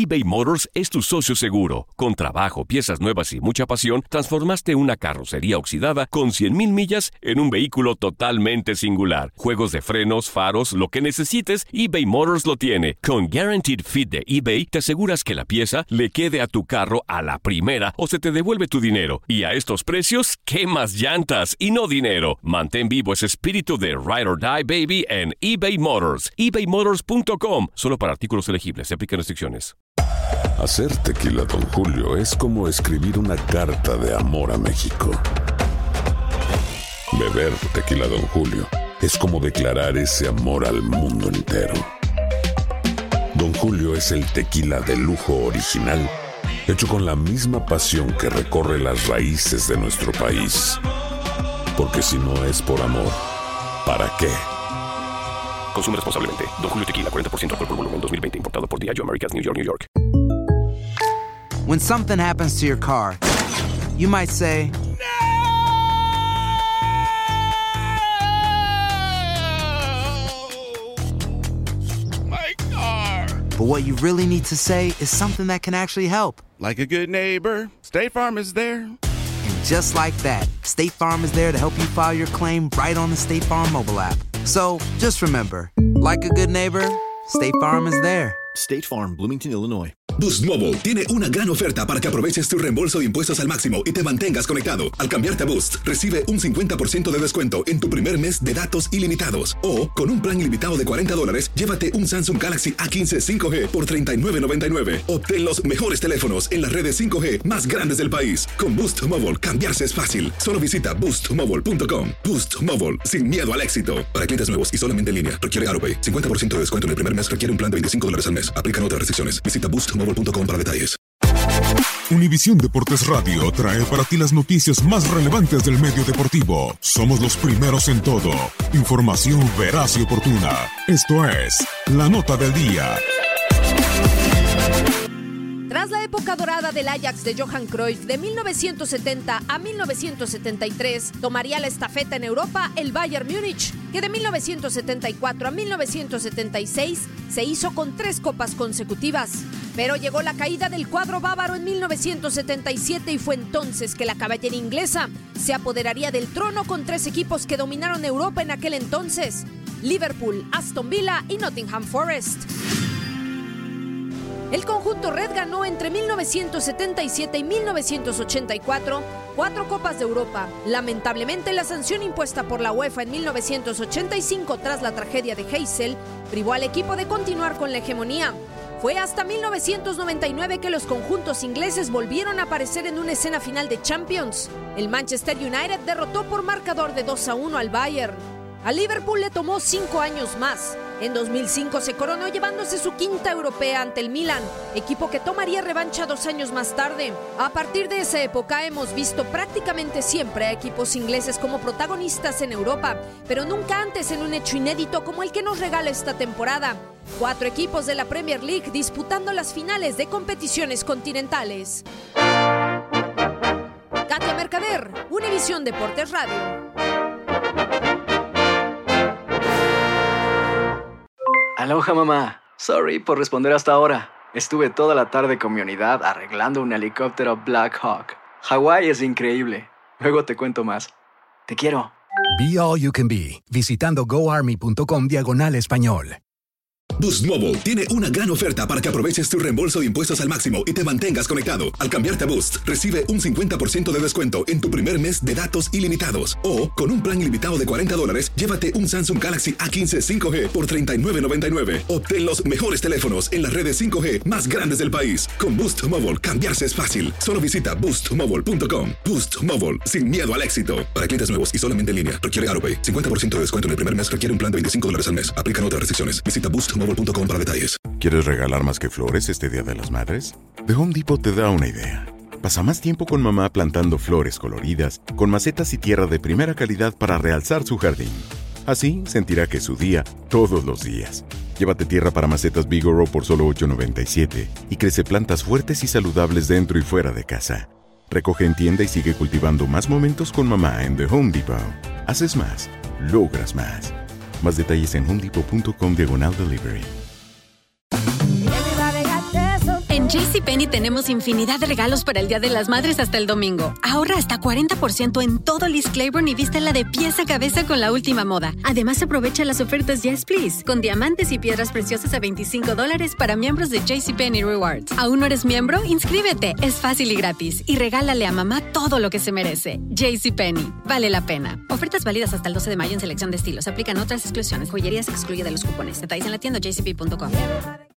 eBay Motors es tu socio seguro. Con trabajo, piezas nuevas y mucha pasión, transformaste una carrocería oxidada con 100,000 millas en un vehículo totalmente singular. Juegos de frenos, faros, lo que necesites, eBay Motors lo tiene. Con Guaranteed Fit de eBay, te aseguras que la pieza le quede a tu carro a la primera o se te devuelve tu dinero. Y a estos precios, ¿qué más llantas y no dinero? Mantén vivo ese espíritu de Ride or Die, baby, en eBay Motors. ebaymotors.com. Solo para artículos elegibles. Se aplican restricciones. Hacer tequila Don Julio es como escribir una carta de amor a México. Beber tequila Don Julio es como declarar ese amor al mundo entero. Don Julio es el tequila de lujo original, hecho con la misma pasión que recorre las raíces de nuestro país. Porque si no es por amor, ¿para qué? Consume responsablemente. Don Julio Tequila, 40% alcohol por volumen, 2020. Importado por Diageo Americas, New York, New York. When something happens to your car, you might say, My car! but what you really need to say is something that can actually help. Like a good neighbor, State Farm is there. And just like that, State Farm is there to help you file your claim right on the State Farm mobile app. So, just remember, like a good neighbor, State Farm is there. State Farm, Bloomington, Illinois. Boost Mobile tiene una gran oferta para que aproveches tu reembolso de impuestos al máximo y te mantengas conectado. Al cambiarte a Boost, recibe un 50% de descuento en tu primer mes de datos ilimitados. O, con un plan ilimitado de $40, llévate un Samsung Galaxy A15 5G por $39.99. Obtén los mejores teléfonos en las redes 5G más grandes del país. Con Boost Mobile, cambiarse es fácil. Solo visita boostmobile.com. Boost Mobile, sin miedo al éxito. Para clientes nuevos y solamente en línea, requiere AutoPay. 50% de descuento en el primer mes requiere un plan de $25 al mes. Aplican otras restricciones. Visita boostmobile.com para detalles. Univisión Deportes Radio trae para ti las noticias más relevantes del medio deportivo. Somos los primeros en todo. Información veraz y oportuna. Esto es La Nota del Día. Tras la época dorada del Ajax de Johan Cruyff de 1970 a 1973, tomaría la estafeta en Europa el Bayern Múnich, que de 1974 a 1976 se hizo con 3 copas consecutivas. Pero llegó la caída del cuadro bávaro en 1977 y fue entonces que la caballería inglesa se apoderaría del trono con 3 equipos que dominaron Europa en aquel entonces: Liverpool, Aston Villa y Nottingham Forest. El conjunto red ganó entre 1977 y 1984 4 Copas de Europa. Lamentablemente, la sanción impuesta por la UEFA en 1985 tras la tragedia de Heysel privó al equipo de continuar con la hegemonía. Fue hasta 1999 que los conjuntos ingleses volvieron a aparecer en una escena final de Champions. El Manchester United derrotó por marcador de 2-1 al Bayern. A Liverpool le tomó 5 años más. En 2005 se coronó llevándose su 5ª europea ante el Milan, equipo que tomaría revancha 2 años más tarde. A partir de esa época hemos visto prácticamente siempre a equipos ingleses como protagonistas en Europa, pero nunca antes en un hecho inédito como el que nos regala esta temporada. 4 equipos de la Premier League disputando las finales de competiciones continentales. Katia Mercader, Univisión Deportes Radio. Aloha, mamá. Sorry por responder hasta ahora. Estuve toda la tarde con mi unidad arreglando un helicóptero Black Hawk. Hawái es increíble. Luego te cuento más. Te quiero. Be All You Can Be, visitando goarmy.com/español. Boost Mobile tiene una gran oferta para que aproveches tu reembolso de impuestos al máximo y te mantengas conectado. Al cambiarte a Boost, recibe un 50% de descuento en tu primer mes de datos ilimitados. O, con un plan ilimitado de $40, llévate un Samsung Galaxy A15 5G por $39.99. Obtén los mejores teléfonos en las redes 5G más grandes del país. Con Boost Mobile, cambiarse es fácil. Solo visita boostmobile.com. Boost Mobile, sin miedo al éxito. Para clientes nuevos y solamente en línea, requiere AutoPay. 50% de descuento en el primer mes requiere un plan de $25 al mes. Aplican otras restricciones. Visita boostmobile.com para detalles. ¿Quieres regalar más que flores este Día de las Madres? The Home Depot te da una idea. Pasa más tiempo con mamá plantando flores coloridas, con macetas y tierra de primera calidad para realzar su jardín. Así sentirá que es su día todos los días. Llévate tierra para macetas Bigoro por solo $8.97 y crece plantas fuertes y saludables dentro y fuera de casa. Recoge en tienda y sigue cultivando más momentos con mamá en The Home Depot. Haces más, logras más. Más detalles en homedepot.com/delivery. En En JCPenney tenemos infinidad de regalos para el Día de las Madres hasta el domingo. Ahorra hasta 40% en todo Liz Claiborne y vístela de pies a cabeza con la última moda. Además, aprovecha las ofertas Yes Please, con diamantes y piedras preciosas a $25 para miembros de JCPenney Rewards. ¿Aún no eres miembro? Inscríbete. Es fácil y gratis. Y regálale a mamá todo lo que se merece. JCPenney. Vale la pena. Ofertas válidas hasta el 12 de mayo en selección de estilos. Aplican otras exclusiones. Joyerías excluye de los cupones. Detalles en la tienda jcp.com.